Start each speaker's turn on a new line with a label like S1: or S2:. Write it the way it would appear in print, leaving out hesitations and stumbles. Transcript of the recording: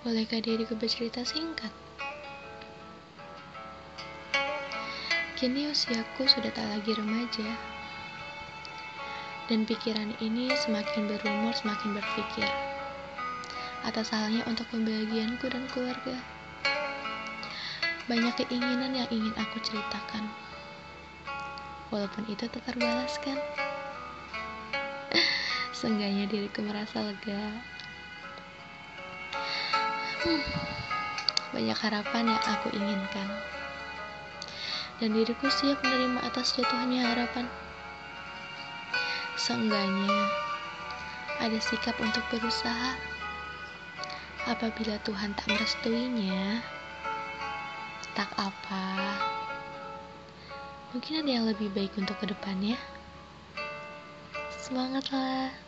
S1: Bolehkah diriku bercerita singkat? Kini usiaku sudah tak lagi remaja, dan pikiran ini semakin berumur semakin berpikir atas halnya untuk kebahagiaanku dan keluarga. Banyak keinginan yang ingin aku ceritakan, walaupun itu tak terbalaskan. Seenggaknya diriku merasa lega. Banyak harapan yang aku inginkan, dan diriku siap menerima atas jatuhnya harapan. Seenggaknya ada sikap untuk berusaha. Apabila Tuhan tak merestuinya, tak apa. Mungkin ada yang lebih baik untuk kedepannya. Semangatlah.